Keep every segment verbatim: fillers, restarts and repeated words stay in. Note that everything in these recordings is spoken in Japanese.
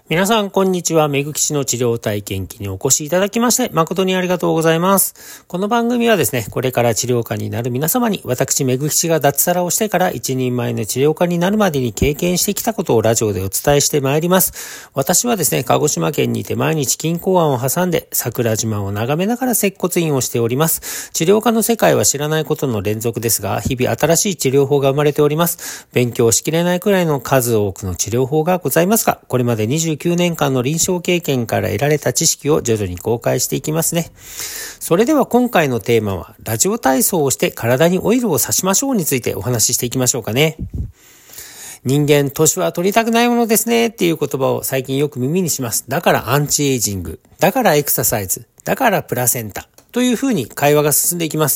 皆さん、こんにちは。めぐきちの治療体験記にお越しいただきまして、誠にありがとうございます。この番組はですね、これから治療家になる皆様に、私、めぐきちが脱サラをしてから一人前の治療家になるまでに経験してきたことをラジオでお伝えしてまいります。私はですね、鹿児島県にて毎日錦江湾を挟んで、桜島を眺めながら接骨院をしております。治療家の世界は知らないことの連続ですが、日々新しい治療法が生まれております。勉強しきれないくらいの数多くの治療法がございますが、これまでにじゅうきゅうねんかんの臨床経験から得られた知識を徐々に公開していきますね。それでは今回のテーマは、ラジオ体操をして体にオイルを差しましょうについてお話ししていきましょうかね。人間、年は取りたくないものですねっていう言葉を最近よく耳にします。だからアンチエイジング、だからエクササイズ、だからプラセンタ。というふうに会話が進んでいきます。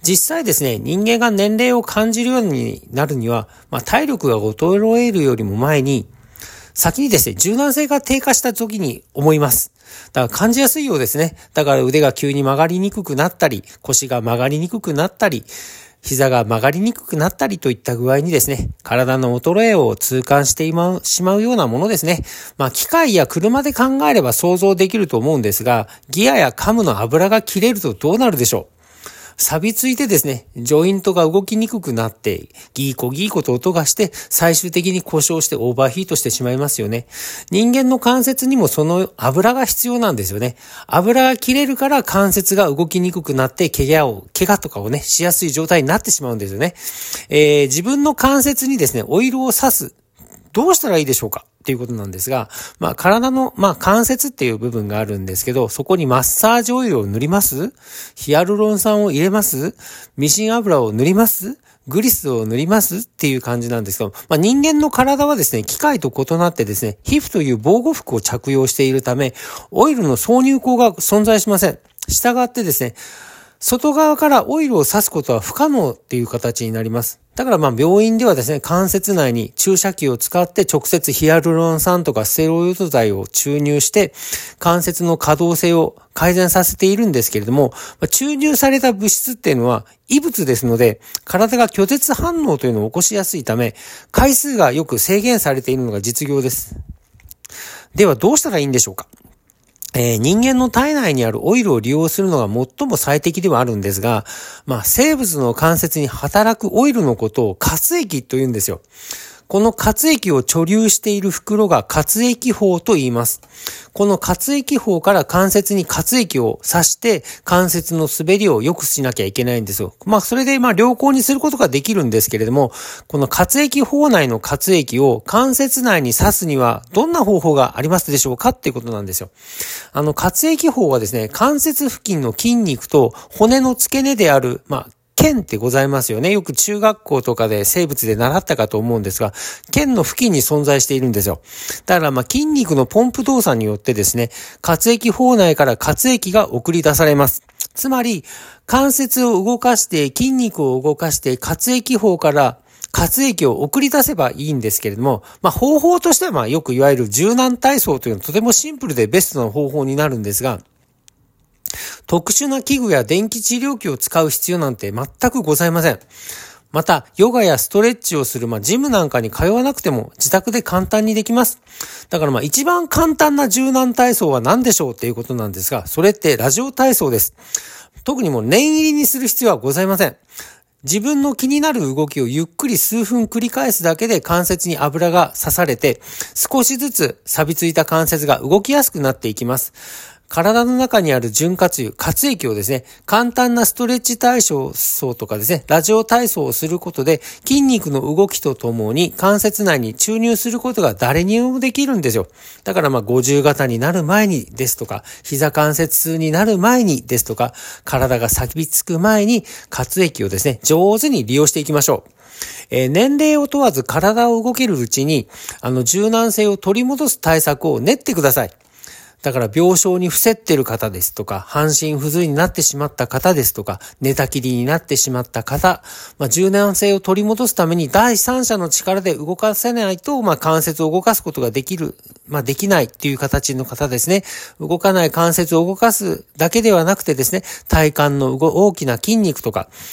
実際ですね、人間が年齢を感じるようになるには、まあ、体力が衰えるよりも前に、先にですね、柔軟性が低下した時に思います。だから感じやすいようですね。だから腕が急に曲がりにくくなったり、腰が曲がりにくくなったり、膝が曲がりにくくなったりといった具合にですね、体の衰えを痛感してしまうようなものですね。まあ機械や車で考えれば想像できると思うんですが、ギアやカムの油が切れるとどうなるでしょう。錆びついてですね、ジョイントが動きにくくなって、ギーコギーコと音がして、最終的に故障してオーバーヒートしてしまいますよね。人間の関節にもその油が必要なんですよね。油が切れるから関節が動きにくくなって、怪我を、怪我とかをね、しやすい状態になってしまうんですよね。えー、自分の関節にですね、オイルを刺す。どうしたらいいでしょうかっていうことなんですが、まあ体の、まあ関節っていう部分があるんですけど、そこにマッサージオイルを塗ります？ヒアルロン酸を入れます？ミシン油を塗ります？グリスを塗りますっていう感じなんですけど、まあ人間の体はですね、機械と異なってですね、皮膚という防護服を着用しているため、オイルの挿入口が存在しません。したがってですね、外側からオイルを刺すことは不可能っていう形になります。だからまあ病院ではですね、関節内に注射器を使って直接ヒアルロン酸とかステロイド剤を注入して関節の可動性を改善させているんですけれども、注入された物質っていうのは異物ですので、体が拒絶反応というのを起こしやすいため、回数がよく制限されているのが実情です。ではどうしたらいいんでしょうか。えー、人間の体内にあるオイルを利用するのが最も最適ではあるんですが、まあ生物の関節に働くオイルのことを活液と言うんですよ。この活液を貯留している袋が活液胞と言います。この活液胞から関節に活液を刺して関節の滑りを良くしなきゃいけないんですよ。まあそれでまあ良好にすることができるんですけれども、この活液胞内の活液を関節内に刺すにはどんな方法がありますでしょうかっていうことなんですよ。あの活液胞はですね、関節付近の筋肉と骨の付け根である、まあ腱ってございますよね。よく中学校とかで生物で習ったかと思うんですが、腱の付近に存在しているんですよ。だからまあ筋肉のポンプ動作によってですね、活液胞内から活液が送り出されます。つまり、関節を動かして筋肉を動かして活液胞から活液を送り出せばいいんですけれども、まあ方法としてはまあよくいわゆる柔軟体操というのはとてもシンプルでベストな方法になるんですが、特殊な器具や電気治療器を使う必要なんて全くございません。また、ヨガやストレッチをする、まあ、ジムなんかに通わなくても自宅で簡単にできます。だからまあ、一番簡単な柔軟体操は何でしょうっていうことなんですが、それってラジオ体操です。特にもう念入りにする必要はございません。自分の気になる動きをゆっくり数分繰り返すだけで関節に油が刺されて、少しずつ錆びついた関節が動きやすくなっていきます。体の中にある潤滑油、活液をですね、簡単なストレッチ体操とかですね、ラジオ体操をすることで筋肉の動きとともに関節内に注入することが誰にもできるんですよ。だからまあごじゅう型になる前にですとか、膝関節痛になる前にですとか、体が錆びつく前に活液をですね、上手に利用していきましょう。えー、年齢を問わず体を動けるうちに、あの柔軟性を取り戻す対策を練ってください。だから病床に伏せってる方ですとか、半身不随になってしまった方ですとか、寝たきりになってしまった方、まあ、柔軟性を取り戻すために第三者の力で動かせないと、まあ、関節を動かすことができる、まあ、できないっていう形の方ですね。動かない関節を動かすだけではなくてですね、体幹の大きな筋肉とか、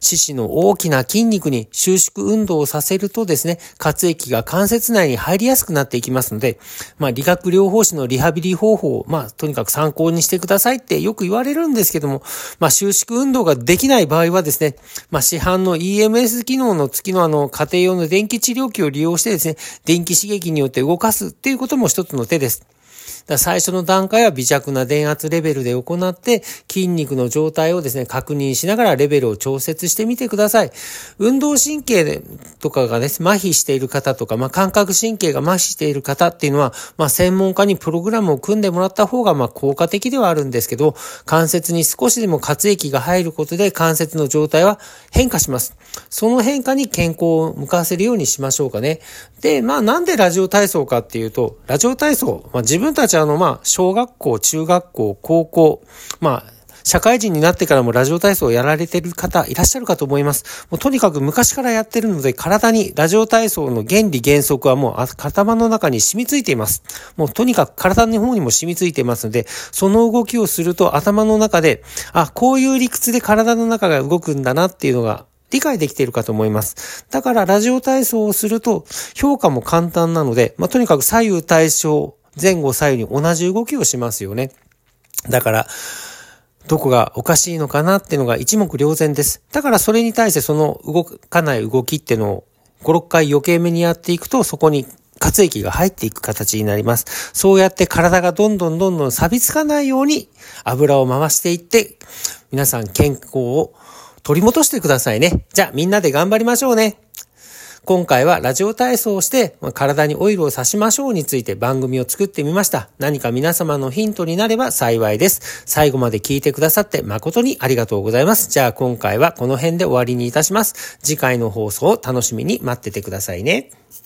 四肢の大きな筋肉に収縮運動をさせるとですね、血液が関節内に入りやすくなっていきますので、まあ理学療法士のリハビリ方法を、まあとにかく参考にしてくださいってよく言われるんですけども、まあ収縮運動ができない場合はですね、まあ市販の イーエムエス 機能の付きのあの家庭用の電気治療器を利用してですね、電気刺激によって動かすっていうことも一つの手です。だ最初の段階は微弱な電圧レベルで行って筋肉の状態をですね確認しながらレベルを調節してみてください。運動神経とかがね麻痺している方とか、まあ、感覚神経が麻痺している方っていうのは、まあ、専門家にプログラムを組んでもらった方がまあ効果的ではあるんですけど、関節に少しでも活液が入ることで関節の状態は変化します。その変化に健康を向かせるようにしましょうかね。で、まあなんでラジオ体操かっていうと、ラジオ体操、まあ、自分たちあのまあ小学校、中学校、高校、まあ社会人になってからもラジオ体操をやられている方いらっしゃるかと思います。もうとにかく昔からやってるので、体にラジオ体操の原理原則はもう頭の中に染みついています。もうとにかく体の方にも染みついていますので、その動きをすると頭の中で、あ、こういう理屈で体の中が動くんだなっていうのが理解できているかと思います。だからラジオ体操をすると評価も簡単なので、まあ、とにかく左右対称、前後左右に同じ動きをしますよね。だからどこがおかしいのかなっていうのが一目瞭然です。だからそれに対してその動かない動きっていうのをご、ろっかい余計めにやっていくと、そこに血液が入っていく形になります。そうやって体がどんどんどんどん錆びつかないように油を回していって、皆さん健康を取り戻してくださいね。じゃあみんなで頑張りましょうね。今回はラジオ体操をして体にオイルを差しましょうについて番組を作ってみました。何か皆様のヒントになれば幸いです。最後まで聞いてくださって誠にありがとうございます。じゃあ今回はこの辺で終わりにいたします。次回の放送を楽しみに待っててくださいね。